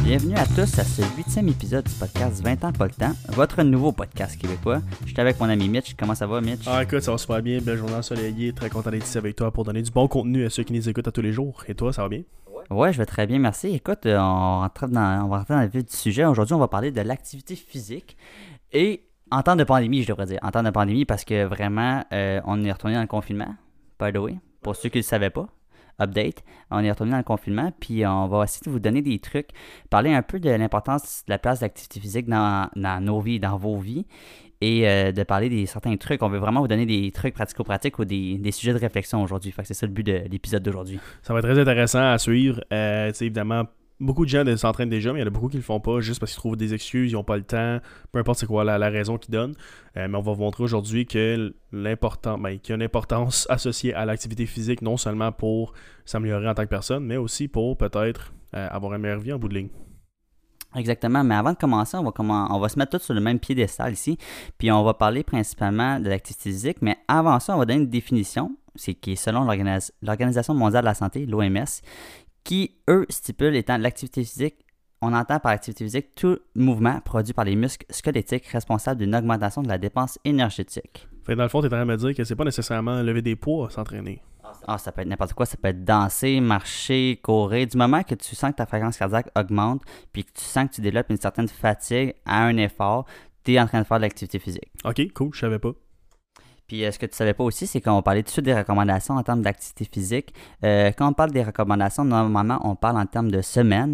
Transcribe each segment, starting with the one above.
Bienvenue à tous à ce 8e épisode du podcast 20 ans pas le temps, votre nouveau podcast québécois. Je suis avec mon ami Mitch. Comment ça va, Mitch? Écoute, ça va super bien. Belle journée ensoleillée. Très content d'être ici avec toi pour donner du bon contenu à ceux qui nous écoutent à tous les jours. Et toi, ça va bien? Ouais, je vais très bien, merci. Écoute, on va rentrer dans le vif du sujet. Aujourd'hui, on va parler de l'activité physique et en temps de pandémie, je devrais dire. En temps de pandémie, parce que vraiment, on est retourné dans le confinement, by the way, pour ceux qui ne le savaient pas. Update. On est retourné dans le confinement, puis on va essayer de vous donner des trucs, parler un peu de l'importance de la place de l'activité physique dans nos vies, dans vos vies, et de parler des certains trucs. On veut vraiment vous donner des trucs pratico-pratiques ou des sujets de réflexion aujourd'hui. Fait que c'est ça le but de l'épisode d'aujourd'hui. Ça va être très intéressant à suivre. Évidemment, beaucoup de gens s'entraînent déjà, mais il y en a beaucoup qui le font pas juste parce qu'ils trouvent des excuses, ils n'ont pas le temps, peu importe c'est quoi la raison qu'ils donnent. Mais on va vous montrer aujourd'hui que qu'il y a une importance associée à l'activité physique, non seulement pour s'améliorer en tant que personne, mais aussi pour peut-être avoir une meilleure vie en bout de ligne. Exactement, mais avant de commencer, on va se mettre tous sur le même piédestal ici, puis on va parler principalement de l'activité physique, mais avant ça, on va donner une définition, qui est selon l'Organisation mondiale de la santé, l'OMS, qui, eux, stipulent étant l'activité physique, on entend par activité physique tout mouvement produit par les muscles squelettiques responsable d'une augmentation de la dépense énergétique. Fait dans le fond, tu es en train de me dire que c'est pas nécessairement lever des poids, s'entraîner. Ça peut être n'importe quoi, ça peut être danser, marcher, courir. Du moment que tu sens que ta fréquence cardiaque augmente, puis que tu sens que tu développes une certaine fatigue à un effort, tu es en train de faire de l'activité physique. Ok, cool, je savais pas. Puis ce que tu savais pas aussi, c'est qu'on parlait tout de suite des recommandations en termes d'activité physique. Quand on parle des recommandations, normalement, on parle en termes de semaine.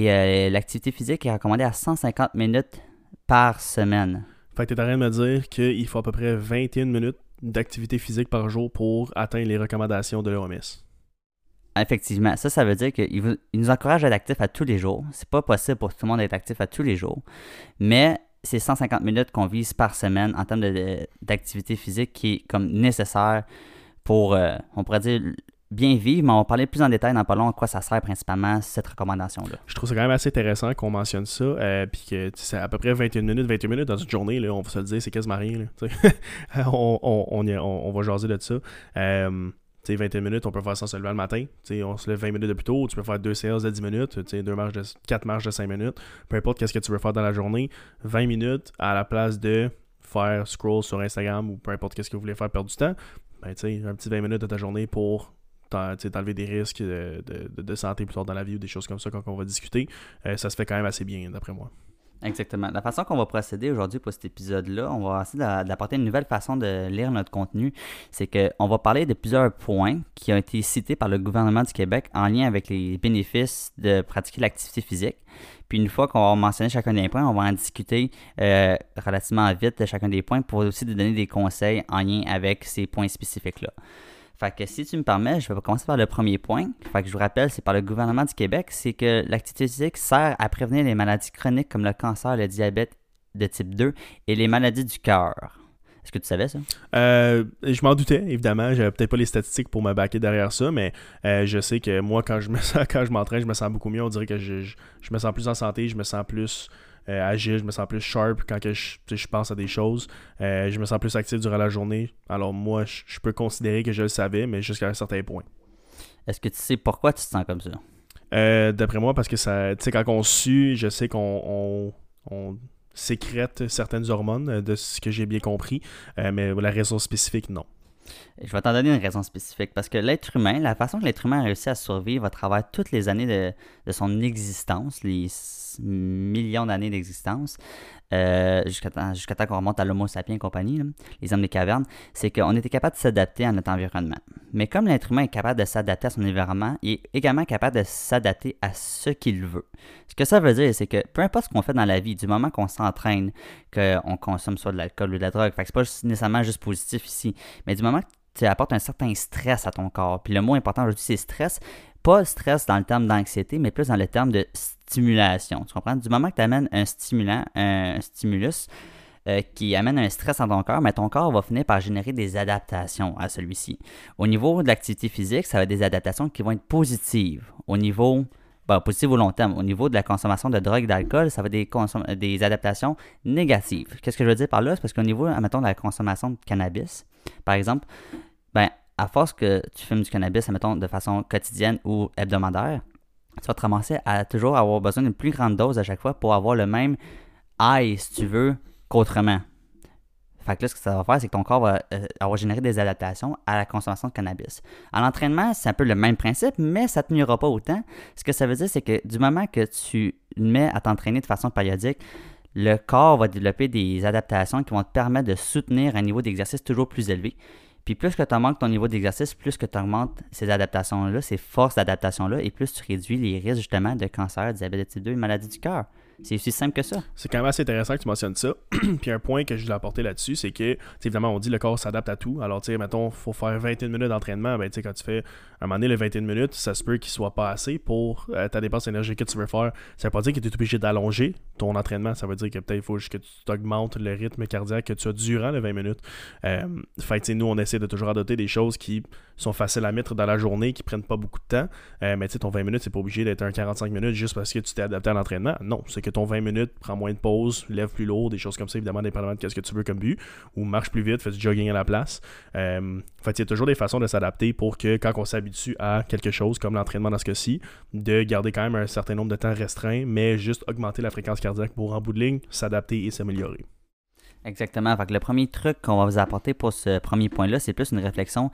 Et l'activité physique est recommandée à 150 minutes par semaine. Fait que tu es en train de me dire qu'il faut à peu près 21 minutes d'activité physique par jour pour atteindre les recommandations de l'OMS. Effectivement, ça veut dire qu'il nous encourage à être actifs à tous les jours. C'est pas possible pour tout le monde d'être actif à tous les jours. Mais c'est 150 minutes qu'on vise par semaine en termes d'activité physique qui est comme nécessaire pour, on pourrait dire, bien vivre, mais on va parler plus en détail dans pas long à quoi ça sert principalement cette recommandation-là. Je trouve ça quand même assez intéressant qu'on mentionne ça, puis que c'est à peu près 21 minutes dans une journée, là, on va se le dire, c'est quasiment rien. Là, on va jaser de ça. 21 minutes, on peut faire ça en se levant le matin. On se lève 20 minutes de plus tôt, tu peux faire 2 séances de 10 minutes, 4 marches de 5 minutes, peu importe qu'est-ce que tu veux faire dans la journée, 20 minutes à la place de faire scroll sur Instagram ou peu importe qu'est-ce que vous voulez faire perdre du temps, un petit 20 minutes de ta journée pour t'enlever des risques de santé plus tard dans la vie ou des choses comme ça quand on va discuter, ça se fait quand même assez bien d'après moi. Exactement. La façon qu'on va procéder aujourd'hui pour cet épisode-là, on va essayer d'apporter une nouvelle façon de lire notre contenu. C'est qu'on va parler de plusieurs points qui ont été cités par le gouvernement du Québec en lien avec les bénéfices de pratiquer l'activité physique. Puis une fois qu'on va mentionner chacun des points, on va en discuter relativement vite de chacun des points pour aussi te donner des conseils en lien avec ces points spécifiques-là. Fait que si tu me permets, je vais commencer par le premier point. Fait que je vous rappelle, c'est par le gouvernement du Québec, c'est que l'activité physique sert à prévenir les maladies chroniques comme le cancer, le diabète de type 2 et les maladies du cœur. Est-ce que tu savais ça? Je m'en doutais, évidemment. J'avais peut-être pas les statistiques pour me backer derrière ça, mais je sais que moi, quand je m'entraîne, je me sens beaucoup mieux. On dirait que je me sens plus en santé, je me sens plus agile, je me sens plus sharp quand que je pense à des choses. Je me sens plus actif durant la journée. Alors moi, je peux considérer que je le savais, mais jusqu'à un certain point. Est-ce que tu sais pourquoi tu te sens comme ça? D'après moi, parce que ça, tu sais, quand on sue, je sais qu'on sécrète certaines hormones, de ce que j'ai bien compris, mais la raison spécifique, non. Je vais t'en donner une raison spécifique, parce que l'être humain, la façon que l'être humain a réussi à survivre à travers toutes les années de son existence, les millions d'années d'existence, jusqu'à temps qu'on remonte à l'Homo sapiens et compagnie, là, les hommes des cavernes, c'est qu'on était capable de s'adapter à notre environnement. Mais comme l'être humain est capable de s'adapter à son environnement, il est également capable de s'adapter à ce qu'il veut. Ce que ça veut dire, c'est que peu importe ce qu'on fait dans la vie, du moment qu'on s'entraîne, qu'on consomme soit de l'alcool ou de la drogue, fait que c'est pas nécessairement juste positif ici, mais du moment que tu apportes un certain stress à ton corps, puis le mot important aujourd'hui, c'est stress, pas stress dans le terme d'anxiété, mais plus dans le terme de stimulation. Tu comprends? Du moment que tu amènes un stimulant, un stimulus qui amène un stress dans ton corps, mais ton corps va finir par générer des adaptations à celui-ci. Au niveau de l'activité physique, ça va être des adaptations qui vont être positives. Au niveau, positives au long terme. Au niveau de la consommation de drogue et d'alcool, ça va être des adaptations négatives. Qu'est-ce que je veux dire par là? C'est parce qu'au niveau, admettons, de la consommation de cannabis, par exemple, à force que tu fumes du cannabis, admettons, de façon quotidienne ou hebdomadaire, tu vas te ramasser à toujours avoir besoin d'une plus grande dose à chaque fois pour avoir le même high, si tu veux, qu'autrement. Fait que là, ce que ça va faire, c'est que ton corps va avoir généré des adaptations à la consommation de cannabis. À l'entraînement, c'est un peu le même principe, mais ça ne te nuira pas autant. Ce que ça veut dire, c'est que du moment que tu mets à t'entraîner de façon périodique, le corps va développer des adaptations qui vont te permettre de soutenir un niveau d'exercice toujours plus élevé. Puis plus que tu augmentes ton niveau d'exercice, plus que tu augmentes ces adaptations-là, ces forces d'adaptation-là, et plus tu réduis les risques justement de cancer, diabète de type 2 et maladie du cœur. C'est aussi simple que ça. C'est quand même assez intéressant que tu mentionnes ça. Puis un point que je voulais apporter là-dessus, c'est que, évidemment, on dit le corps s'adapte à tout. Alors, tu sais, mettons, il faut faire 21 minutes d'entraînement. Ben, tu sais, quand tu fais un moment donné, le 21 minutes, ça se peut qu'il soit pas assez pour ta dépense énergétique que tu veux faire. Ça veut pas dire que tu es obligé d'allonger ton entraînement. Ça veut dire que peut-être il faut juste que tu augmentes le rythme cardiaque que tu as durant les 20 minutes. Fait que, nous, on essaie de toujours adopter des choses qui sont faciles à mettre dans la journée, qui prennent pas beaucoup de temps. Mais tu sais, ton 20 minutes, c'est pas obligé d'être un 45 minutes juste parce que tu t'es adapté à l'entraînement. Non, c'est que ton 20 minutes, prends moins de pause, lève plus lourd, des choses comme ça, évidemment, dépendamment de ce que tu veux comme but, ou marche plus vite, fais du jogging à la place. Fait il y a toujours des façons de s'adapter pour que quand on s'habitue à quelque chose, comme l'entraînement dans ce cas-ci, de garder quand même un certain nombre de temps restreint, mais juste augmenter la fréquence cardiaque pour, en bout de ligne, s'adapter et s'améliorer. Exactement. Fait que le premier truc qu'on va vous apporter pour ce premier point-là, c'est plus une réflexion,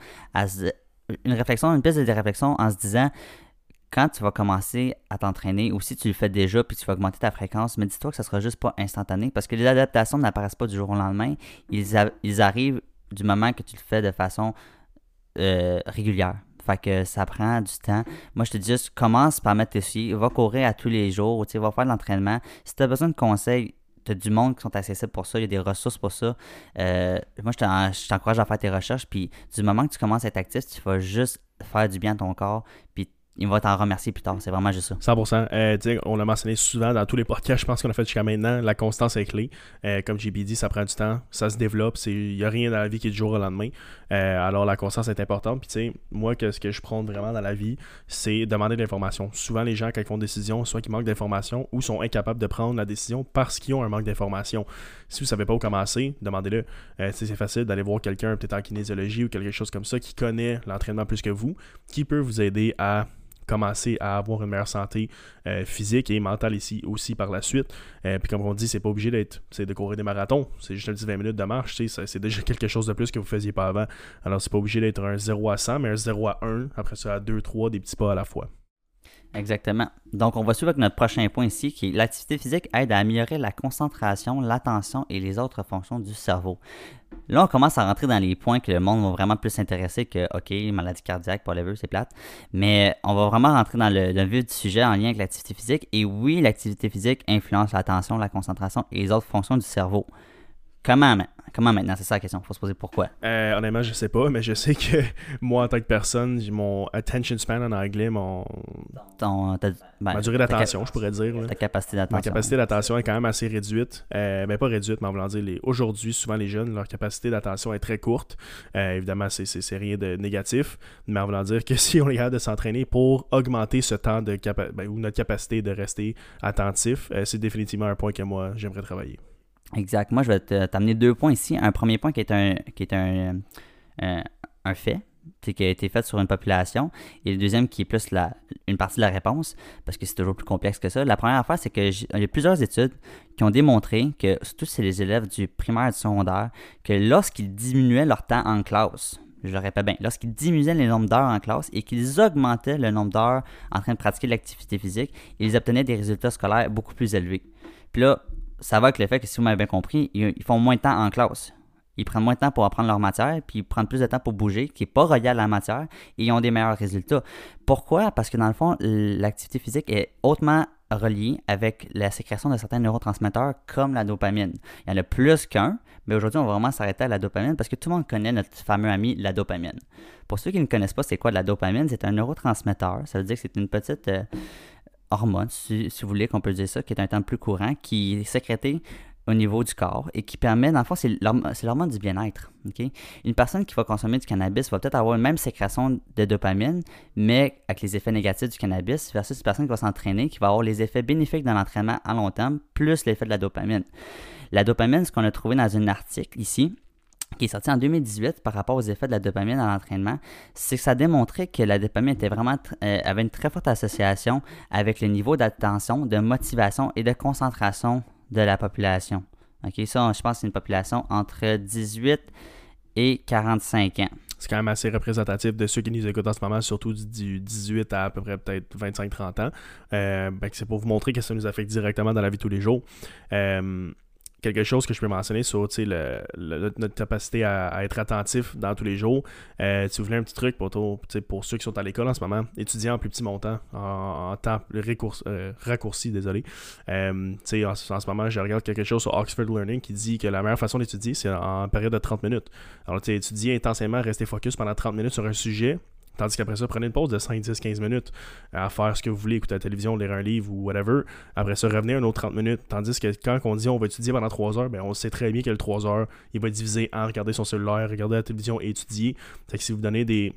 une piste de réflexion en se disant, quand tu vas commencer à t'entraîner, ou si tu le fais déjà puis tu vas augmenter ta fréquence, mais dis-toi que ça ne sera juste pas instantané parce que les adaptations n'apparaissent pas du jour au lendemain. Ils arrivent du moment que tu le fais de façon régulière. Fait que ça prend du temps. Moi, je te dis juste, commence par mettre tes souliers, va courir à tous les jours, va faire de l'entraînement. Si tu as besoin de conseils, tu as du monde qui sont accessibles pour ça, il y a des ressources pour ça. Moi, je t'encourage à faire tes recherches, puis du moment que tu commences à être actif, tu vas juste faire du bien à ton corps, puis il va t'en remercier plus tard. C'est vraiment juste ça. 100%. On l'a mentionné souvent dans tous les podcasts, je pense qu'on a fait jusqu'à maintenant. La constance est clé. Comme JB dit, ça prend du temps. Ça se développe. Il n'y a rien dans la vie qui est du jour au lendemain. Alors, la constance est importante. Puis, tu sais, moi, ce que je prône vraiment dans la vie, c'est demander de l'information. Souvent, les gens, quand ils font une décision, soit qu'ils manquent d'informations ou sont incapables de prendre la décision parce qu'ils ont un manque d'informations. Si vous ne savez pas où commencer, demandez-le. C'est facile d'aller voir quelqu'un, peut-être en kinésiologie ou quelque chose comme ça, qui connaît l'entraînement plus que vous, qui peut vous aider à commencer à avoir une meilleure santé physique et mentale ici aussi par la suite. Puis comme on dit, c'est pas obligé de courir des marathons. C'est juste un petit 20 minutes de marche. C'est déjà quelque chose de plus que vous faisiez pas avant. Alors c'est pas obligé d'être un 0 à 100, mais un 0 à 1. Après ça, à 2, 3, des petits pas à la fois. Exactement. Donc, on va suivre avec notre prochain point ici, qui est l'activité physique aide à améliorer la concentration, l'attention et les autres fonctions du cerveau. Là, on commence à rentrer dans les points que le monde va vraiment plus s'intéresser que, OK, maladie cardiaque, whatever, c'est plate. Mais on va vraiment rentrer dans le vif du sujet en lien avec l'activité physique. Et oui, l'activité physique influence l'attention, la concentration et les autres fonctions du cerveau. Comment maintenant? C'est ça la question. Il faut se poser pourquoi. Honnêtement, je sais pas, mais je sais que moi, en tant que personne, mon attention span en anglais, ma durée d'attention, je pourrais dire. Là. Ta capacité d'attention. Ma capacité d'attention est quand même assez réduite. Mais pas réduite, mais en voulant dire, aujourd'hui, souvent les jeunes, leur capacité d'attention est très courte. Évidemment, c'est rien de négatif, mais en voulant dire que si on est capable de s'entraîner pour augmenter ce temps ou notre capacité de rester attentif, c'est définitivement un point que moi, j'aimerais travailler. Exact. Moi, je vais t'amener 2 points ici. Un premier point qui est un fait, qui a été fait sur une population, et le deuxième qui est plus une partie de la réponse, parce que c'est toujours plus complexe que ça. La première affaire, c'est qu'il y a plusieurs études qui ont démontré que, surtout c'est les élèves du primaire et du secondaire, que lorsqu'ils diminuaient leur temps en classe, je le répète bien, lorsqu'ils diminuaient le nombre d'heures en classe et qu'ils augmentaient le nombre d'heures en train de pratiquer l'activité physique, ils obtenaient des résultats scolaires beaucoup plus élevés. Puis là, ça va avec le fait que, si vous m'avez bien compris, ils font moins de temps en classe. Ils prennent moins de temps pour apprendre leur matière, puis ils prennent plus de temps pour bouger, qui n'est pas relié à la matière, et ils ont des meilleurs résultats. Pourquoi? Parce que dans le fond, l'activité physique est hautement reliée avec la sécrétion de certains neurotransmetteurs comme la dopamine. Il y en a plus qu'un, mais aujourd'hui, on va vraiment s'arrêter à la dopamine parce que tout le monde connaît notre fameux ami, la dopamine. Pour ceux qui ne connaissent pas, c'est quoi de la dopamine? C'est un neurotransmetteur. Ça veut dire que c'est une petite hormone, si vous voulez qu'on peut dire ça, qui est un terme plus courant, qui est sécrété au niveau du corps et qui permet, dans le fond, c'est l'hormone du bien-être. Okay? Une personne qui va consommer du cannabis va peut-être avoir une même sécrétion de dopamine, mais avec les effets négatifs du cannabis, versus une personne qui va s'entraîner, qui va avoir les effets bénéfiques dans l'entraînement à long terme, plus l'effet de la dopamine. La dopamine, ce qu'on a trouvé dans un article ici, qui est sorti en 2018 par rapport aux effets de la dopamine à l'entraînement, c'est que ça démontrait que la dopamine était vraiment avait une très forte association avec le niveau d'attention, de motivation et de concentration de la population. OK, ça, je pense que c'est une population entre 18 et 45 ans. C'est quand même assez représentatif de ceux qui nous écoutent en ce moment, surtout du 18 à peu près peut-être 25-30 ans. C'est pour vous montrer que ça nous affecte directement dans la vie de tous les jours. Quelque chose que je peux mentionner sur notre capacité à être attentif dans tous les jours. Si vous voulez un petit truc pour ceux qui sont à l'école en ce moment, étudier en plus petit montant, en temps raccourci, désolé. En ce moment, je regarde quelque chose sur Oxford Learning qui dit que la meilleure façon d'étudier, c'est en période de 30 minutes. Alors, étudier intensément, rester focus pendant 30 minutes sur un sujet. Tandis qu'après ça, prenez une pause de 5, 10, 15 minutes à faire ce que vous voulez, écouter la télévision, lire un livre ou whatever. Après ça, revenez un autre 30 minutes. Tandis que quand on dit on va étudier pendant 3 heures, on sait très bien que le 3 heures, il va être divisé en regarder son cellulaire, regarder la télévision et étudier. Fait que si vous donnez des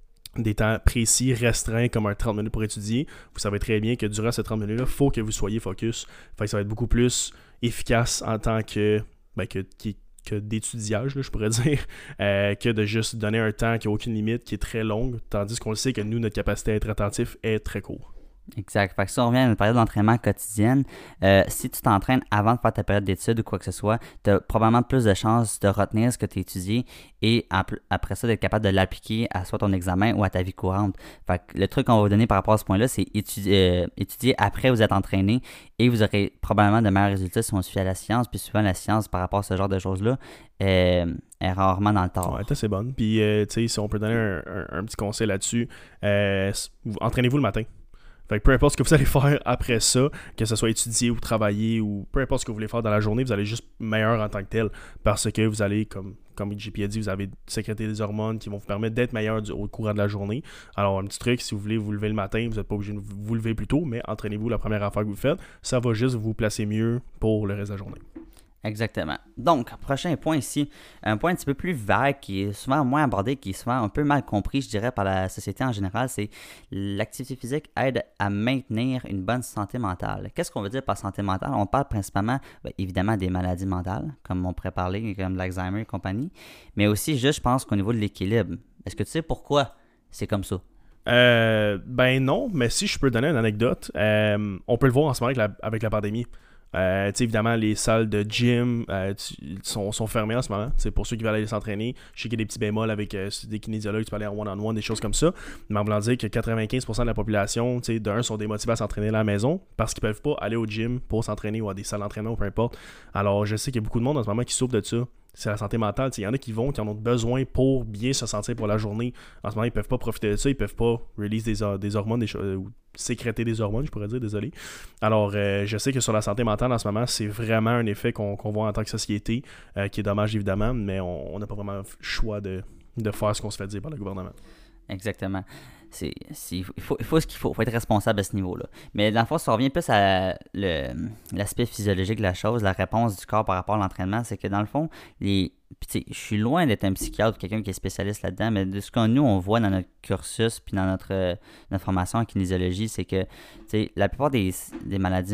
temps précis, restreints, comme un 30 minutes pour étudier, vous savez très bien que durant ces 30 minutes-là, il faut que vous soyez focus. Fait que ça va être beaucoup plus efficace en tant que d'étudiage, là, je pourrais dire, que de juste donner un temps qui n'a aucune limite, qui est très long, tandis qu'on le sait que nous, notre capacité à être attentif est très court. Exact. Fait que si on revient à une période d'entraînement quotidienne, si tu t'entraînes avant de faire ta période d'études ou quoi que ce soit, tu as probablement plus de chances de retenir ce que tu as étudié et après ça, d'être capable de l'appliquer à soit ton examen ou à ta vie courante. Fait que le truc qu'on va vous donner par rapport à ce point-là, c'est étudier après vous êtes entraîné et vous aurez probablement de meilleurs résultats si on suit à la science. Puis souvent, la science, par rapport à ce genre de choses-là, est rarement dans le tort. Ouais, c'est bonne. Puis, si on peut donner un petit conseil là-dessus, entraînez-vous le matin. Fait que peu importe ce que vous allez faire après ça, que ce soit étudier ou travailler ou peu importe ce que vous voulez faire dans la journée, vous allez juste meilleur en tant que tel parce que vous allez, comme JP a dit, vous avez sécrété des hormones qui vont vous permettre d'être meilleur au courant de la journée. Alors, un petit truc, si vous voulez vous lever le matin, vous n'êtes pas obligé de vous lever plus tôt, mais entraînez-vous la première affaire que vous faites. Ça va juste vous placer mieux pour le reste de la journée. Exactement. Donc, prochain point ici, un point un petit peu plus vague qui est souvent moins abordé, qui est souvent un peu mal compris, je dirais, par la société en général, c'est l'activité physique aide à maintenir une bonne santé mentale. Qu'est-ce qu'on veut dire par santé mentale? On parle principalement, évidemment, des maladies mentales, comme on pourrait parler, comme l'Alzheimer et compagnie, mais aussi juste, je pense, qu'au niveau de l'équilibre. Est-ce que tu sais pourquoi c'est comme ça? Non, mais si je peux donner une anecdote, on peut le voir en ce moment avec la pandémie. Évidemment, les salles de gym sont fermées en ce moment. Pour ceux qui veulent aller s'entraîner, je sais qu'il y a des petits bémols avec des kinésiologues, tu peux aller en one-on-one, des choses comme ça. Mais en voulant dire que 95% de la population, d'un, sont démotivés à s'entraîner à la maison parce qu'ils peuvent pas aller au gym pour s'entraîner ou à des salles d'entraînement ou peu importe. Alors, je sais qu'il y a beaucoup de monde en ce moment qui souffre de ça. C'est la santé mentale. Il y en a qui en ont besoin pour bien se sentir pour la journée. En ce moment, ils peuvent pas profiter de ça. Ils peuvent pas release des hormones, ou sécréter des hormones, je pourrais dire, désolé. Alors, je sais que sur la santé mentale, en ce moment, c'est vraiment un effet qu'on voit en tant que société, qui est dommage, évidemment, mais on n'a pas vraiment le choix de faire ce qu'on se fait dire par le gouvernement. Exactement. Il faut ce qu'il faut. Il faut être responsable à ce niveau-là. Mais dans le fond, ça revient plus à l'aspect physiologique de la chose, la réponse du corps par rapport à l'entraînement, c'est que dans le fond, je suis loin d'être un psychiatre ou quelqu'un qui est spécialiste là-dedans, mais de ce qu'on nous, on voit dans notre cursus puis dans notre formation en kinésiologie, c'est que la plupart des maladies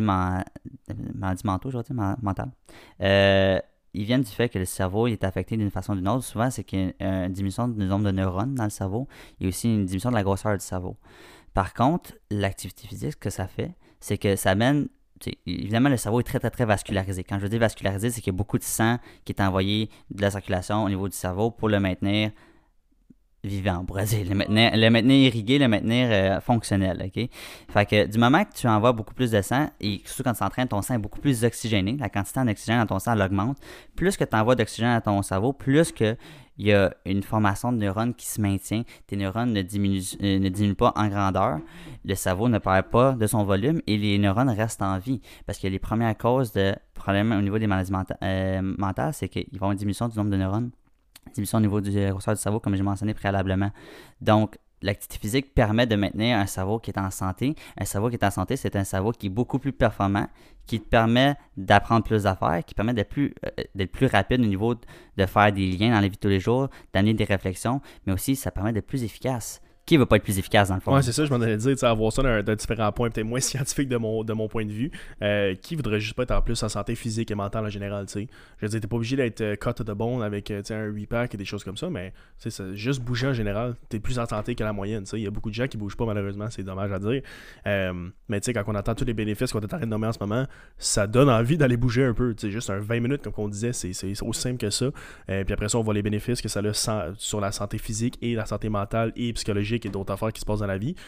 mentaux, je veux dire, mentales, ils viennent du fait que le cerveau est affecté d'une façon ou d'une autre. Souvent, c'est qu'il y a une diminution du nombre de neurones dans le cerveau. Il y a aussi une diminution de la grosseur du cerveau. Par contre, l'activité physique, ce que ça fait, c'est que ça amène... Évidemment, le cerveau est très, très, très vascularisé. Quand je veux dire vascularisé, c'est qu'il y a beaucoup de sang qui est envoyé de la circulation au niveau du cerveau pour le maintenir vivant, on pourrait dire, le maintenir irrigué, le maintenir fonctionnel, ok? Fait que du moment que tu envoies beaucoup plus de sang, et surtout quand tu t'entraînes, ton sang est beaucoup plus oxygéné, la quantité en oxygène dans ton sang augmente, plus que tu envoies d'oxygène à ton cerveau, plus que il y a une formation de neurones qui se maintient, tes neurones ne diminuent pas en grandeur, le cerveau ne perd pas de son volume et les neurones restent en vie. Parce que les premières causes de problèmes au niveau des maladies mentales, c'est qu'il va y avoir une diminution du nombre de neurones, diminution au niveau du grosseur du cerveau, comme j'ai mentionné préalablement. Donc, l'activité physique permet de maintenir un cerveau qui est en santé. Un cerveau qui est en santé, c'est un cerveau qui est beaucoup plus performant, qui te permet d'apprendre plus d'affaires, qui permet d'être plus rapide au niveau de faire des liens dans la vie de tous les jours, d'amener des réflexions, mais aussi ça permet d'être plus efficace. qui veut pas être plus efficace dans le fond? Ouais, c'est ça, je m'en allais dire, tu sais, avoir ça d'un différent point, peut-être moins scientifique de mon point de vue, qui voudrait juste pas être en plus en santé physique et mentale en général, tu sais. Je veux dire, t'es pas obligé d'être cut to the bone avec tu sais, un 8-pack et des choses comme ça, mais tu sais, juste bouger en général, t'es plus en santé que la moyenne, tu sais. Il y a beaucoup de gens qui bougent pas malheureusement, c'est dommage à dire. Mais tu sais, quand on entend tous les bénéfices qu'on est en train de nommer en ce moment, ça donne envie d'aller bouger un peu, tu sais, juste un 20 minutes, comme on disait, c'est aussi simple que ça. Puis après ça, on voit les bénéfices que ça a sur la santé physique et la santé mentale et psychologique et d'autres affaires qui se passent dans la vie.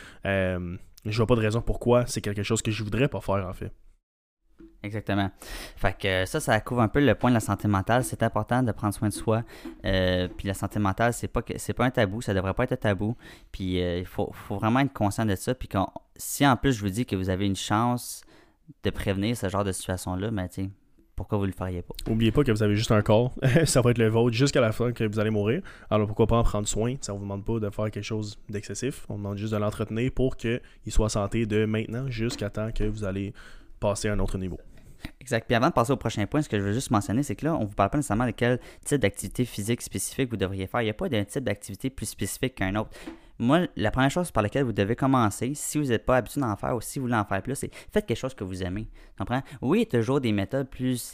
Je vois pas de raison pourquoi c'est quelque chose que je voudrais pas faire en fait. Exactement. Fait que ça couvre un peu le point de la santé mentale. C'est important de prendre soin de soi. Puis la santé mentale, c'est pas un tabou. Ça devrait pas être un tabou. Puis il faut vraiment être conscient de ça. Puis si en plus je vous dis que vous avez une chance de prévenir ce genre de situation-là, ben tu sais, pourquoi vous le feriez pas? N'oubliez pas que vous avez juste un corps. Ça va être le vôtre jusqu'à la fin que vous allez mourir. Alors pourquoi pas en prendre soin? Ça ne vous demande pas de faire quelque chose d'excessif. On vous demande juste de l'entretenir pour qu'il soit en santé de maintenant jusqu'à temps que vous allez passer à un autre niveau. Exact. Puis avant de passer au prochain point, ce que je veux juste mentionner, c'est que là, on ne vous parle pas nécessairement de quel type d'activité physique spécifique vous devriez faire. Il n'y a pas d'un type d'activité plus spécifique qu'un autre. Moi, la première chose par laquelle vous devez commencer, si vous n'êtes pas habitué d'en faire ou si vous voulez en faire plus, c'est faites quelque chose que vous aimez. Tu comprends? Oui, il y a toujours des méthodes plus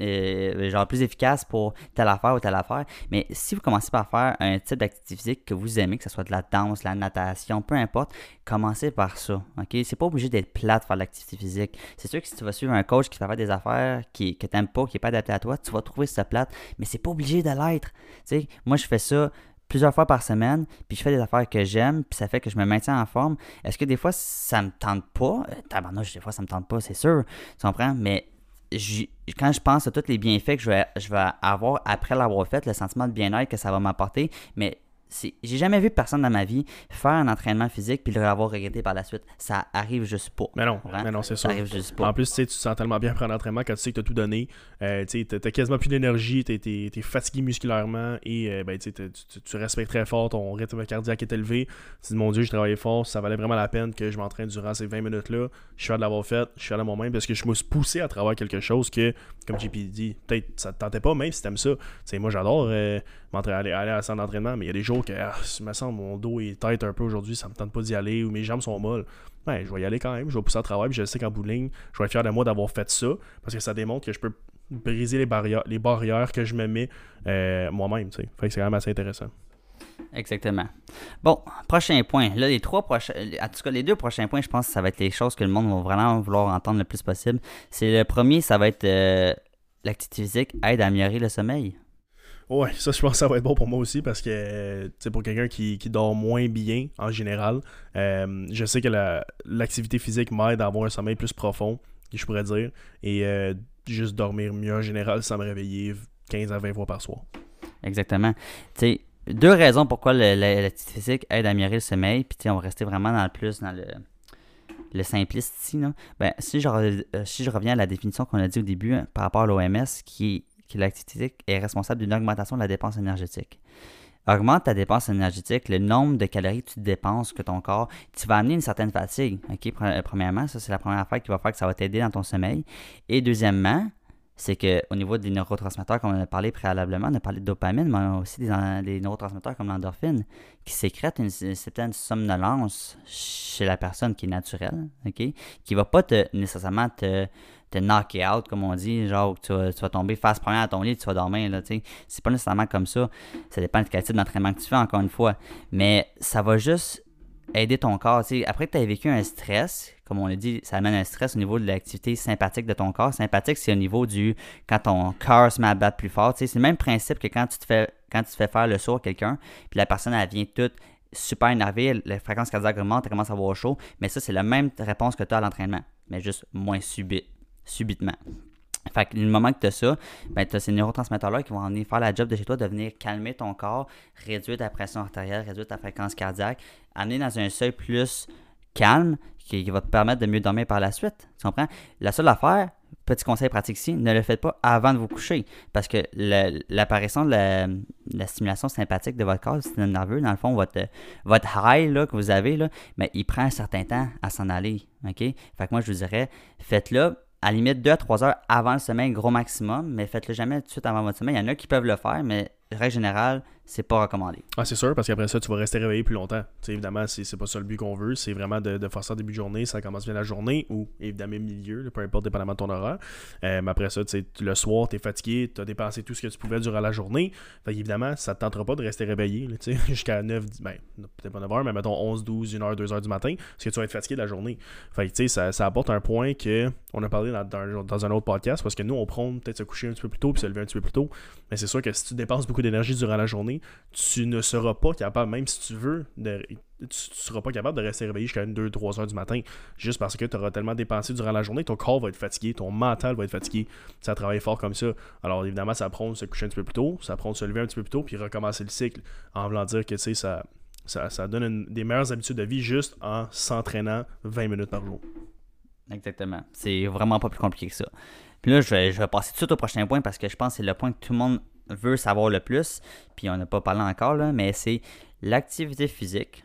efficaces pour telle affaire ou telle affaire, mais si vous commencez par faire un type d'activité physique que vous aimez, que ce soit de la danse, la natation, peu importe, commencez par ça. OK? C'est pas obligé d'être plate de faire de l'activité physique. C'est sûr que si tu vas suivre un coach qui te fait faire des affaires que tu n'aimes pas, qui n'est pas adapté à toi, tu vas trouver ça plate, mais c'est pas obligé de l'être. Tu sais, moi, je fais ça plusieurs fois par semaine, puis je fais des affaires que j'aime, puis ça fait que je me maintiens en forme. Est-ce que des fois, ça me tente pas? Tabarnouche, des fois, ça me tente pas, c'est sûr. Tu comprends? Mais quand je pense à tous les bienfaits que je vais avoir après l'avoir fait, le sentiment de bien-être que ça va m'apporter, mais j'ai jamais vu personne dans ma vie faire un entraînement physique puis l'avoir regretté par la suite. Ça arrive juste pas. Mais non, c'est ça. Ça arrive juste pas. En plus, tu te sens tellement bien après un entraînement quand tu sais que tu as tout donné. Tu n'as quasiment plus d'énergie, tu es fatigué musculairement et tu respires très fort, ton rythme cardiaque est élevé. Tu te dis, mon Dieu, je travaillais fort, ça valait vraiment la peine que je m'entraîne durant ces 20 minutes-là. Je suis fier de l'avoir fait, je suis fier de moi-même parce que je me suis poussé à travers quelque chose que, comme JP dit, peut-être ça te tentait pas, même si t'aimes ça. T'sais, moi, j'adore aller à la salle d'entraînement, mais il y a des jours que, il me semble, mon dos est tête un peu aujourd'hui, ça me tente pas d'y aller ou mes jambes sont molles. Ouais, je vais y aller quand même, je vais pousser à travail, puis je sais qu'en bout de ligne, je vais être fier de moi d'avoir fait ça, parce que ça démontre que je peux briser les barrières que je me mets moi-même, tu sais. Fait que c'est quand même assez intéressant. Exactement. Bon, prochain point. Là, en tout cas, les deux prochains points, je pense que ça va être les choses que le monde va vraiment vouloir entendre le plus possible. C'est le premier, ça va être l'activité physique aide à améliorer le sommeil. Ouais, ça je pense que ça va être bon pour moi aussi parce que pour quelqu'un qui dort moins bien en général, je sais que l'activité physique m'aide à avoir un sommeil plus profond, je pourrais dire, et juste dormir mieux en général sans me réveiller 15 à 20 fois par soir. Exactement. Tu sais, deux raisons pourquoi l'activité physique aide à améliorer le sommeil, puis on va rester vraiment dans le simpliste ici. Là. Ben, si je reviens à la définition qu'on a dit au début par rapport à l'OMS, qui l'activité physique est responsable d'une augmentation de la dépense énergétique. Augmente ta dépense énergétique, le nombre de calories que tu dépenses que ton corps, tu vas amener une certaine fatigue. Okay? Premièrement, ça c'est la première affaire qui va faire que ça va t'aider dans ton sommeil. Et deuxièmement, c'est qu'au niveau des neurotransmetteurs, comme on a parlé préalablement, on a parlé de dopamine, mais on a aussi des neurotransmetteurs comme l'endorphine qui sécrètent une certaine somnolence chez la personne qui est naturelle, okay? Qui ne va pas nécessairement te knock out, comme on dit, genre tu vas tomber face première à ton lit et tu vas dormir. Là, c'est pas nécessairement comme ça. Ça dépend du qualité d'entraînement que tu fais, encore une fois. Mais ça va juste aider ton corps. T'sais, après que tu as vécu un stress, comme on l'a dit, ça amène un stress au niveau de l'activité sympathique de ton corps. Sympathique, c'est au niveau du quand ton cœur se met à battre plus fort. C'est le même principe que quand tu te fais faire le saut à quelqu'un, puis la personne elle vient toute super énervée, la fréquence cardiaque augmente, elle commence à avoir chaud. Mais ça, c'est la même réponse que tu as à l'entraînement, mais juste moins subitement. Fait que le moment que tu as ça, ben, tu as ces neurotransmetteurs-là qui vont venir faire la job de chez toi, de venir calmer ton corps, réduire ta pression artérielle, réduire ta fréquence cardiaque, amener dans un seuil plus calme qui va te permettre de mieux dormir par la suite. Tu comprends? La seule affaire, petit conseil pratique ici, ne le faites pas avant de vous coucher parce que l'apparition de la stimulation sympathique de votre corps, le système nerveux, dans le fond, votre high là, que vous avez, là, ben, il prend un certain temps à s'en aller. Okay? Fait que moi, je vous dirais, faites-le à la limite 2 à 3 heures avant le sommeil, gros maximum, mais faites-le jamais tout de suite avant votre sommeil. Il y en a qui peuvent le faire, mais règle générale, c'est pas recommandé. Ah, c'est sûr, parce qu'après ça, tu vas rester réveillé plus longtemps. T'sais, évidemment, c'est pas ça le but qu'on veut. C'est vraiment de faire ça au début de journée, ça commence bien la journée, ou évidemment milieu, là, peu importe, dépendamment de ton horaire. Mais après ça, le soir, t'es fatigué, t'as dépensé tout ce que tu pouvais durant la journée. Fait qu'évidemment, ça te tentera pas de rester réveillé là, jusqu'à 9, ben, peut-être pas 9 heures, mais mettons 11, 12, 1 heure, 2 heures du matin, parce que tu vas être fatigué de la journée. Fait que ça apporte un point que on a parlé dans un autre podcast, parce que nous, on prône peut-être se coucher un petit peu plus tôt puis se lever un petit peu plus tôt. Mais c'est sûr que si tu dépenses beaucoup d'énergie durant la journée, tu ne seras pas capable, même si tu veux, tu seras pas capable de rester réveillé jusqu'à 1, 2, 3 heures du matin, juste parce que tu auras tellement dépensé durant la journée, ton corps va être fatigué, ton mental va être fatigué, ça travaille fort comme ça. Alors évidemment, ça prend de se coucher un petit peu plus tôt, ça prend de se lever un petit peu plus tôt, puis recommencer le cycle, en voulant dire que ça donne des meilleures habitudes de vie juste en s'entraînant 20 minutes par jour. Exactement. C'est vraiment pas plus compliqué que ça. Puis là, je vais passer tout de suite au prochain point parce que je pense que c'est le point que tout le monde veut savoir le plus. Puis on n'a pas parlé encore, là, mais c'est l'activité physique,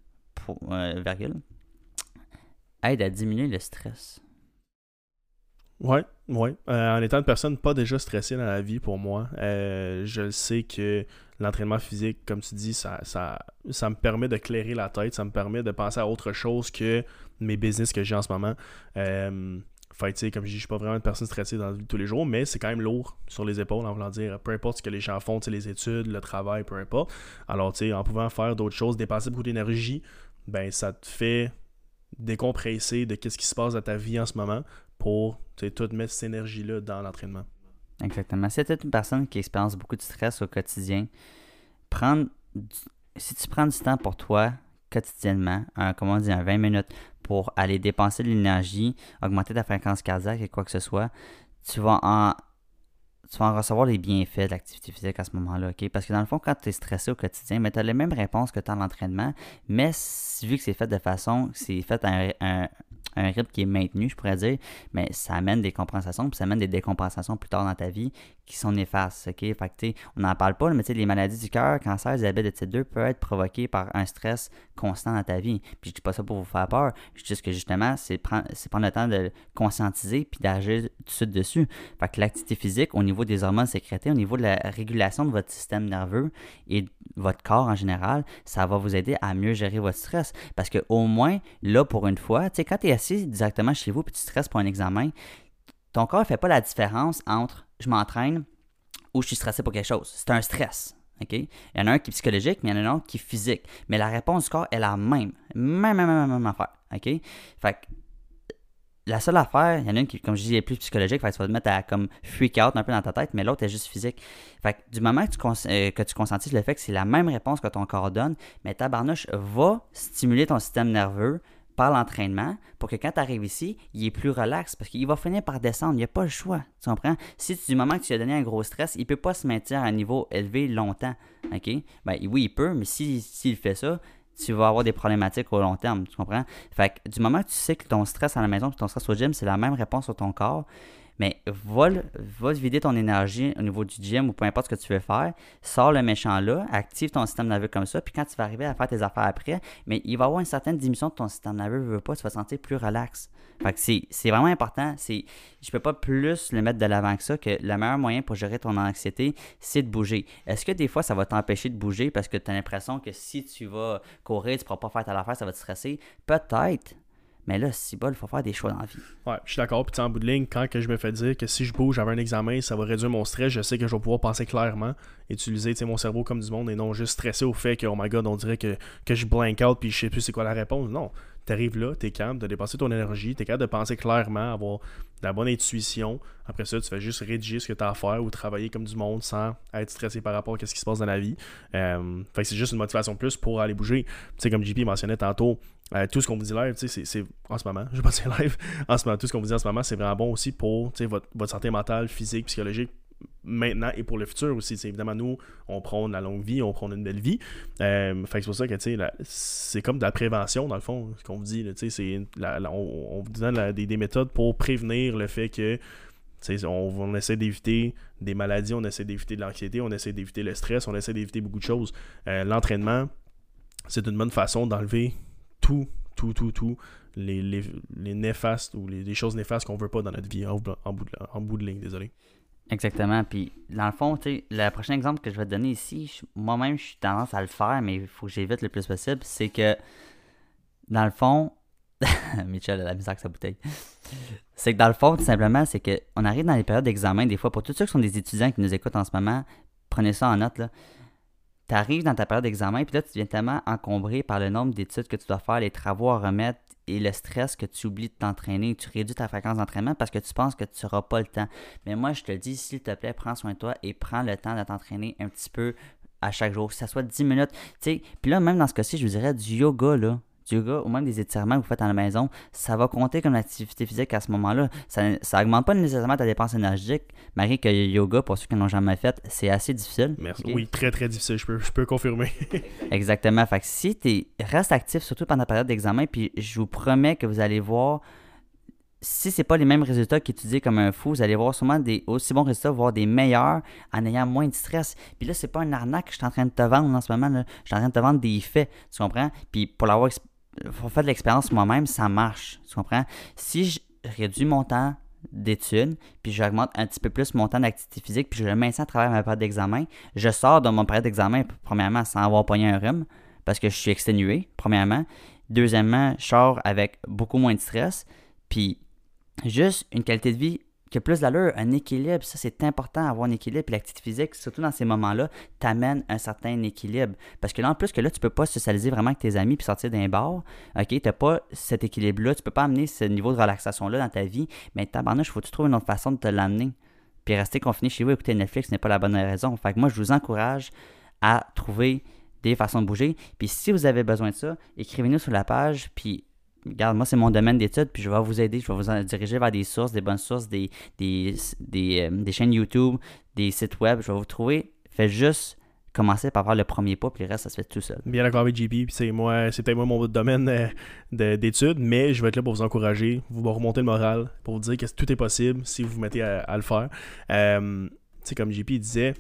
aide à diminuer le stress. Ouais. En étant une personne pas déjà stressée dans la vie pour moi, je sais que l'entraînement physique, comme tu dis, ça me permet de clairer la tête, ça me permet de penser à autre chose que mes business que j'ai en ce moment. Fait, tu sais, comme je dis, je suis pas vraiment une personne stressée dans la vie de tous les jours, mais c'est quand même lourd sur les épaules, en voulant dire, peu importe ce que les gens font, tu sais, les études, le travail, peu importe. Alors, tu sais, en pouvant faire d'autres choses, dépenser beaucoup d'énergie, ben ça te fait décompresser de ce qui se passe dans ta vie en ce moment pour tout mettre cette énergie-là dans l'entraînement. Exactement. Si tu es une personne qui expérience beaucoup de stress au quotidien, si tu prends du temps pour toi quotidiennement, un 20 minutes pour aller dépenser de l'énergie, augmenter ta fréquence cardiaque et quoi que ce soit, tu vas en recevoir les bienfaits de l'activité physique à ce moment-là, ok? Parce que dans le fond, quand tu es stressé au quotidien, tu as les mêmes réponses que tu as à l'entraînement, mais vu que c'est fait à un rythme qui est maintenu, je pourrais dire, mais ça amène des compensations, puis ça amène des décompensations plus tard dans ta vie qui sont néfastes, ok? Fait que, on n'en parle pas, mais les maladies du cœur, cancer, diabète de type 2 peuvent être provoquées par un stress constant dans ta vie. Puis je dis pas ça pour vous faire peur, je dis juste que justement, c'est prendre le temps de conscientiser puis d'agir tout de suite dessus. Fait que l'activité physique, au niveau des hormones sécrétées, au niveau de la régulation de votre système nerveux et de votre corps en général, ça va vous aider à mieux gérer votre stress. Parce que au moins, là, pour une fois, tu sais, quand tu es assis directement chez vous et tu stresses pour un examen, ton corps ne fait pas la différence entre je m'entraîne ou je suis stressé pour quelque chose. C'est un stress. Okay? Il y en a un qui est psychologique, mais il y en a un autre qui est physique. Mais la réponse du corps est la même. Même affaire. Okay? Fait que la seule affaire, il y en a une qui, comme je dis, est plus psychologique, fait que tu vas te mettre à comme freak out un peu dans ta tête, mais l'autre est juste physique. Fait que du moment que tu conscientises le fait que c'est la même réponse que ton corps donne, mais ta barnouche va stimuler ton système nerveux par l'entraînement pour que quand tu arrives ici, il est plus relax parce qu'il va finir par descendre. Il n'y a pas le choix. Tu comprends? Si du moment que tu lui as donné un gros stress, il ne peut pas se maintenir à un niveau élevé longtemps. OK? Ben, oui, il peut, mais s'il fait ça, tu vas avoir des problématiques au long terme. Tu comprends? Fait que du moment que tu sais que ton stress à la maison et ton stress au gym, c'est la même réponse sur ton corps, mais va vider ton énergie au niveau du gym ou peu importe ce que tu veux faire, sors le méchant là, active ton système nerveux comme ça, puis quand tu vas arriver à faire tes affaires après, mais il va y avoir une certaine diminution de ton système nerveux, veux pas, tu vas te sentir plus relax. Fait que c'est vraiment important, je peux pas plus le mettre de l'avant que ça, que le meilleur moyen pour gérer ton anxiété, c'est de bouger. Est-ce que des fois ça va t'empêcher de bouger parce que tu as l'impression que si tu vas courir, tu pourras pas faire ta affaire, ça va te stresser? Peut-être. Mais là, si bol, il faut faire des choix dans la vie. Ouais, je suis d'accord. Puis en bout de ligne, quand que je me fais dire que si je bouge avant un examen, ça va réduire mon stress, je sais que je vais pouvoir penser clairement, utiliser mon cerveau comme du monde et non juste stresser au fait que, oh my god, on dirait que je blank out puis je sais plus c'est quoi la réponse. Non, t'arrives là, t'es calme, t'as dépassé ton énergie, t'es capable de penser clairement, avoir de la bonne intuition. Après ça, tu fais juste rédiger ce que t'as à faire ou travailler comme du monde sans être stressé par rapport à ce qui se passe dans la vie. Fait que c'est juste une motivation de plus pour aller bouger. Tu sais, comme JP mentionnait tantôt, tout ce qu'on vous dit live, c'est en ce moment, je vais pas dire live, en ce moment, tout ce qu'on vous dit en ce moment, c'est vraiment bon aussi pour votre santé mentale, physique, psychologique, maintenant et pour le futur aussi. Évidemment, nous, on prône la longue vie, on prône une belle vie. Fait que c'est pour ça que c'est comme de la prévention, dans le fond, ce qu'on vous dit. On vous donne des méthodes pour prévenir le fait que on essaie d'éviter des maladies, on essaie d'éviter de l'anxiété, on essaie d'éviter le stress, on essaie d'éviter beaucoup de choses. L'entraînement, c'est une bonne façon d'enlever tout les néfastes ou les choses néfastes qu'on veut pas dans notre vie en bout de ligne, désolé. Exactement. Puis, dans le fond, tu sais, le prochain exemple que je vais te donner ici, moi-même, je suis tendance à le faire, mais il faut que j'évite le plus possible. C'est que, dans le fond, Mitchell a la misère avec sa bouteille. C'est que, dans le fond, tout simplement, c'est qu'on arrive dans les périodes d'examen, des fois, pour tous ceux qui sont des étudiants qui nous écoutent en ce moment, prenez ça en note, là. Tu arrives dans ta période d'examen, puis là, tu deviens tellement encombré par le nombre d'études que tu dois faire, les travaux à remettre et le stress que tu oublies de t'entraîner. Tu réduis ta fréquence d'entraînement parce que tu penses que tu n'auras pas le temps. Mais moi, je te dis, s'il te plaît, prends soin de toi et prends le temps de t'entraîner un petit peu à chaque jour. Que ça soit 10 minutes. Tu sais, puis là, même dans ce cas-ci, je vous dirais du yoga, là. Du yoga ou même des étirements que vous faites à la maison, ça va compter comme activité physique à ce moment-là. Ça augmente pas nécessairement ta dépense énergétique. Malgré que le yoga, pour ceux qui ne l'ont jamais fait, c'est assez difficile. Merci. Okay? Oui, très très difficile, je peux confirmer. Exactement. Fait que si tu restes actif, surtout pendant la période d'examen, puis je vous promets que vous allez voir, si c'est pas les mêmes résultats qu'étudier comme un fou, vous allez voir sûrement des aussi bons résultats, voire des meilleurs en ayant moins de stress. Puis là, c'est pas un arnaque que je suis en train de te vendre en ce moment. Là. Je suis en train de te vendre des faits, tu comprends? Puis pour faire de l'expérience moi-même, ça marche, tu comprends? Si je réduis mon temps d'études, puis j'augmente un petit peu plus mon temps d'activité physique, puis je le maintiens à travers ma période d'examen, je sors de mon période d'examen, premièrement, sans avoir pogné un rhume, parce que je suis exténué, premièrement. Deuxièmement, je sors avec beaucoup moins de stress, puis juste une qualité de vie qui a plus d'allure, un équilibre. Ça, c'est important, avoir un équilibre. Puis l'activité physique, surtout dans ces moments-là, t'amène un certain équilibre. Parce que là, en plus que là, tu peux pas socialiser vraiment avec tes amis puis sortir d'un bar. OK, t'as pas cet équilibre-là. Tu peux pas amener ce niveau de relaxation-là dans ta vie. Mais tabarnouche, il faut que tu trouves une autre façon de te l'amener. Puis rester confiné chez vous, écouter Netflix n'est pas la bonne raison. Fait que moi, je vous encourage à trouver des façons de bouger. Puis si vous avez besoin de ça, écrivez-nous sur la page. Puis regarde, moi, c'est mon domaine d'études, puis je vais vous aider, je vais vous diriger vers des sources, des bonnes sources, des chaînes YouTube, des sites web. Je vais vous trouver. Faites juste commencer par faire le premier pas, puis le reste, ça se fait tout seul. Bien d'accord avec JP, puis c'est peut-être moi mon domaine d'études, mais je vais être là pour vous encourager, vous remonter le moral, pour vous dire que tout est possible si vous vous mettez à le faire. Comme JP disait,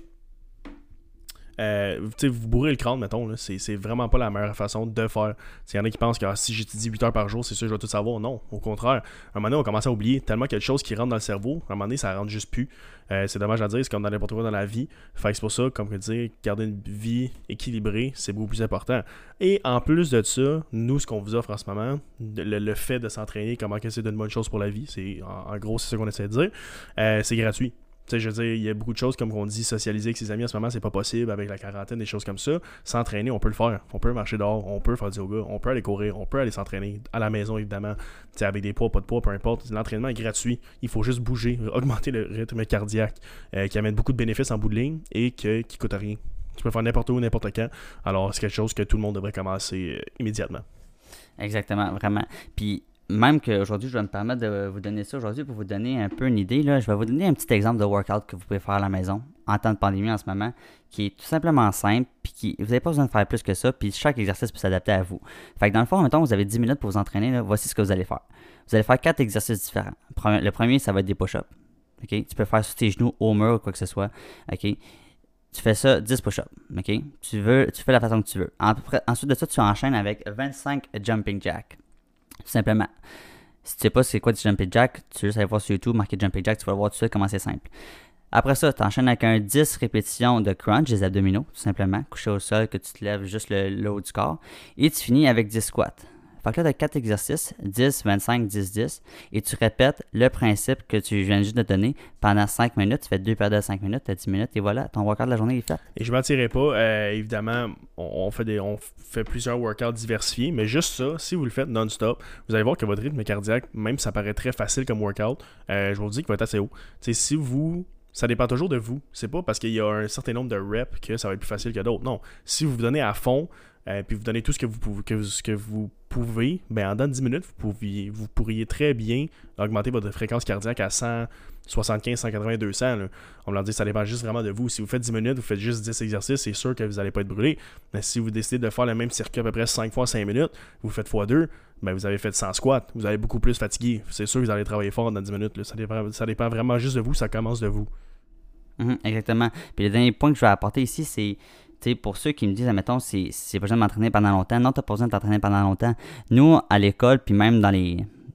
vous bourrez le crâne, mettons, là, c'est vraiment pas la meilleure façon de faire. Il y en a qui pensent que si j'étudie 8 heures par jour, c'est sûr que je vais tout savoir. Non, au contraire. À un moment donné, on commence à oublier tellement qu'il y a de choses qui rentrent dans le cerveau. À un moment donné, ça rentre juste plus. C'est dommage à dire, c'est comme dans n'importe quoi dans la vie. Fait que c'est pour ça, comme je dis, garder une vie équilibrée, c'est beaucoup plus important. Et en plus de ça, nous, ce qu'on vous offre en ce moment, le fait de s'entraîner, comment que c'est une bonne chose pour la vie, c'est en gros, c'est ce qu'on essaie de dire, c'est gratuit. Je veux dire, il y a beaucoup de choses, comme on dit, socialiser avec ses amis en ce moment, c'est pas possible avec la quarantaine, des choses comme ça. S'entraîner, on peut le faire. On peut marcher dehors, on peut faire du yoga, on peut aller courir, on peut aller s'entraîner à la maison, évidemment. Avec des poids, pas de poids, peu importe. L'entraînement est gratuit. Il faut juste bouger, augmenter le rythme cardiaque, qui amène beaucoup de bénéfices en bout de ligne et qui coûte rien. Tu peux faire n'importe où, n'importe quand. Alors, c'est quelque chose que tout le monde devrait commencer immédiatement. Exactement, vraiment. Puis, même qu'aujourd'hui, je vais me permettre de vous donner ça aujourd'hui pour vous donner un peu une idée. Là. Je vais vous donner un petit exemple de workout que vous pouvez faire à la maison en temps de pandémie en ce moment, qui est tout simplement simple, puis vous n'avez pas besoin de faire plus que ça, puis chaque exercice peut s'adapter à vous. Fait que dans le fond, mettons, vous avez 10 minutes pour vous entraîner, là, voici ce que vous allez faire. Vous allez faire 4 exercices différents. Le premier, ça va être des push-ups. Okay? Tu peux faire sur tes genoux, au mur, quoi que ce soit. Okay? Tu fais ça 10 push-ups. Okay? Tu fais la façon que tu veux. Ensuite de ça, tu enchaînes avec 25 jumping jacks. Tout simplement. Si tu sais pas c'est quoi du jumping jack, tu veux juste aller voir sur YouTube, marquer jumping jack, tu vas voir tout de suite comment c'est simple. Après ça, tu enchaînes avec un 10 répétitions de crunch, des abdominaux, tout simplement. Couché au sol, que tu te lèves juste le haut du corps. Et tu finis avec 10 squats. Fait que là, tu as 4 exercices, 10, 25, 10, 10. Et tu répètes le principe que tu viens juste de donner pendant 5 minutes. Tu fais 2 périodes de 5 minutes, tu as 10 minutes et voilà, ton workout de la journée est fait. Et je ne mentirai pas, évidemment, on fait plusieurs workouts diversifiés, mais juste ça, si vous le faites non-stop, vous allez voir que votre rythme cardiaque, même si ça paraît très facile comme workout, je vous dis qu'il va être assez haut. Si vous... Ça dépend toujours de vous. C'est pas parce qu'il y a un certain nombre de reps que ça va être plus facile que d'autres. Non. Si vous vous donnez à fond, puis vous donnez tout ce que vous pouvez, ben en dedans de 10 minutes, vous pourriez très bien augmenter votre fréquence cardiaque à 175, 180, 200. Là. On me l'a dit, ça dépend juste vraiment de vous. Si vous faites 10 minutes, vous faites juste 10 exercices, c'est sûr que vous n'allez pas être brûlé. Mais si vous décidez de faire le même circuit à peu près 5 fois 5 minutes, vous faites x2, ben vous avez fait 100 squats. Vous allez beaucoup plus fatigué. C'est sûr que vous allez travailler fort dans 10 minutes. Là. Ça dépend vraiment juste de vous, ça commence de vous. Exactement. Puis le dernier point que je vais apporter ici, c'est pour ceux qui me disent, admettons, c'est pas besoin de m'entraîner pendant longtemps. Non, t'as pas besoin de t'entraîner pendant longtemps. Nous, à l'école, puis même dans les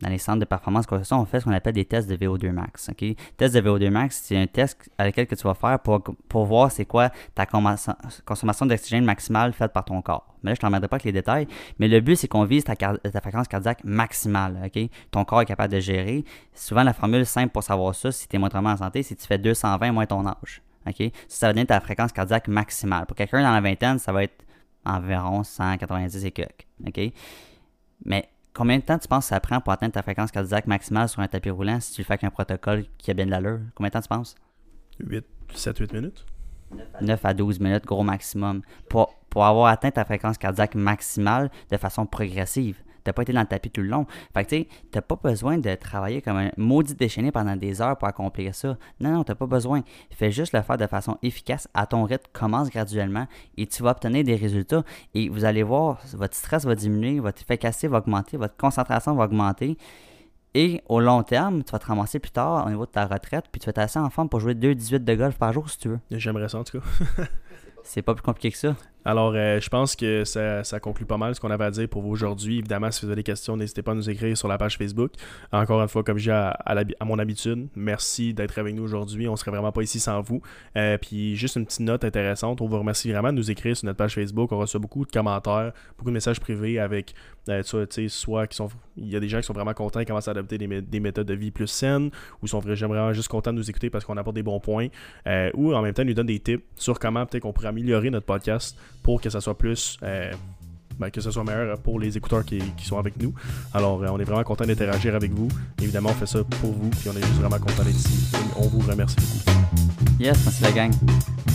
dans les centres de performance construction, on fait ce qu'on appelle des tests de VO2 max. Okay? Test de VO2 max, c'est un test à lequel que tu vas faire pour voir c'est quoi ta consommation d'oxygène maximale faite par ton corps. Mais là, je ne t'emmènerai pas avec les détails, mais le but, c'est qu'on vise ta fréquence cardiaque maximale. Okay? Ton corps est capable de gérer. Souvent, la formule simple pour savoir ça, si tu es moindrement en santé, c'est que tu fais 220 moins ton âge. Okay? Ça va donner ta fréquence cardiaque maximale. Pour quelqu'un dans la vingtaine, ça va être environ 190 et quelques. Okay? Mais combien de temps tu penses que ça prend pour atteindre ta fréquence cardiaque maximale sur un tapis roulant si tu le fais avec un protocole qui a bien de l'allure? Combien de temps tu penses? 7-8 minutes. 9 à 12 minutes, gros maximum. Pour avoir atteint ta fréquence cardiaque maximale de façon progressive. Tu n'as pas été dans le tapis tout le long. Fait que tu sais, tu n'as pas besoin de travailler comme un maudit déchaîné pendant des heures pour accomplir ça. Non, tu n'as pas besoin. Fais juste le faire de façon efficace, à ton rythme, commence graduellement et tu vas obtenir des résultats. Et vous allez voir, votre stress va diminuer, votre efficacité va augmenter, votre concentration va augmenter. Et au long terme, tu vas te ramasser plus tard au niveau de ta retraite, puis tu vas être assez en forme pour jouer 2-18 de golf par jour si tu veux. J'aimerais ça en tout cas. C'est pas plus compliqué que ça. Alors, je pense que ça conclut pas mal ce qu'on avait à dire pour vous aujourd'hui. Évidemment, si vous avez des questions, n'hésitez pas à nous écrire sur la page Facebook. Encore une fois, comme j'ai à mon habitude, merci d'être avec nous aujourd'hui. On serait vraiment pas ici sans vous. Puis juste une petite note intéressante. On vous remercie vraiment de nous écrire sur notre page Facebook. On reçoit beaucoup de commentaires, beaucoup de messages privés avec soit qui sont... Il y a des gens qui sont vraiment contents et commencent à adopter des méthodes de vie plus saines, ou sont vraiment juste contents de nous écouter parce qu'on apporte des bons points, ou en même temps nous donnent des tips sur comment peut-être qu'on pourrait améliorer notre podcast pour que ça soit plus que ça soit meilleur pour les écouteurs qui sont avec nous. Alors on est vraiment content d'interagir avec vous. Évidemment on fait ça pour vous, puis on est juste vraiment content d'être ici. On vous remercie beaucoup. Yes, merci la gang.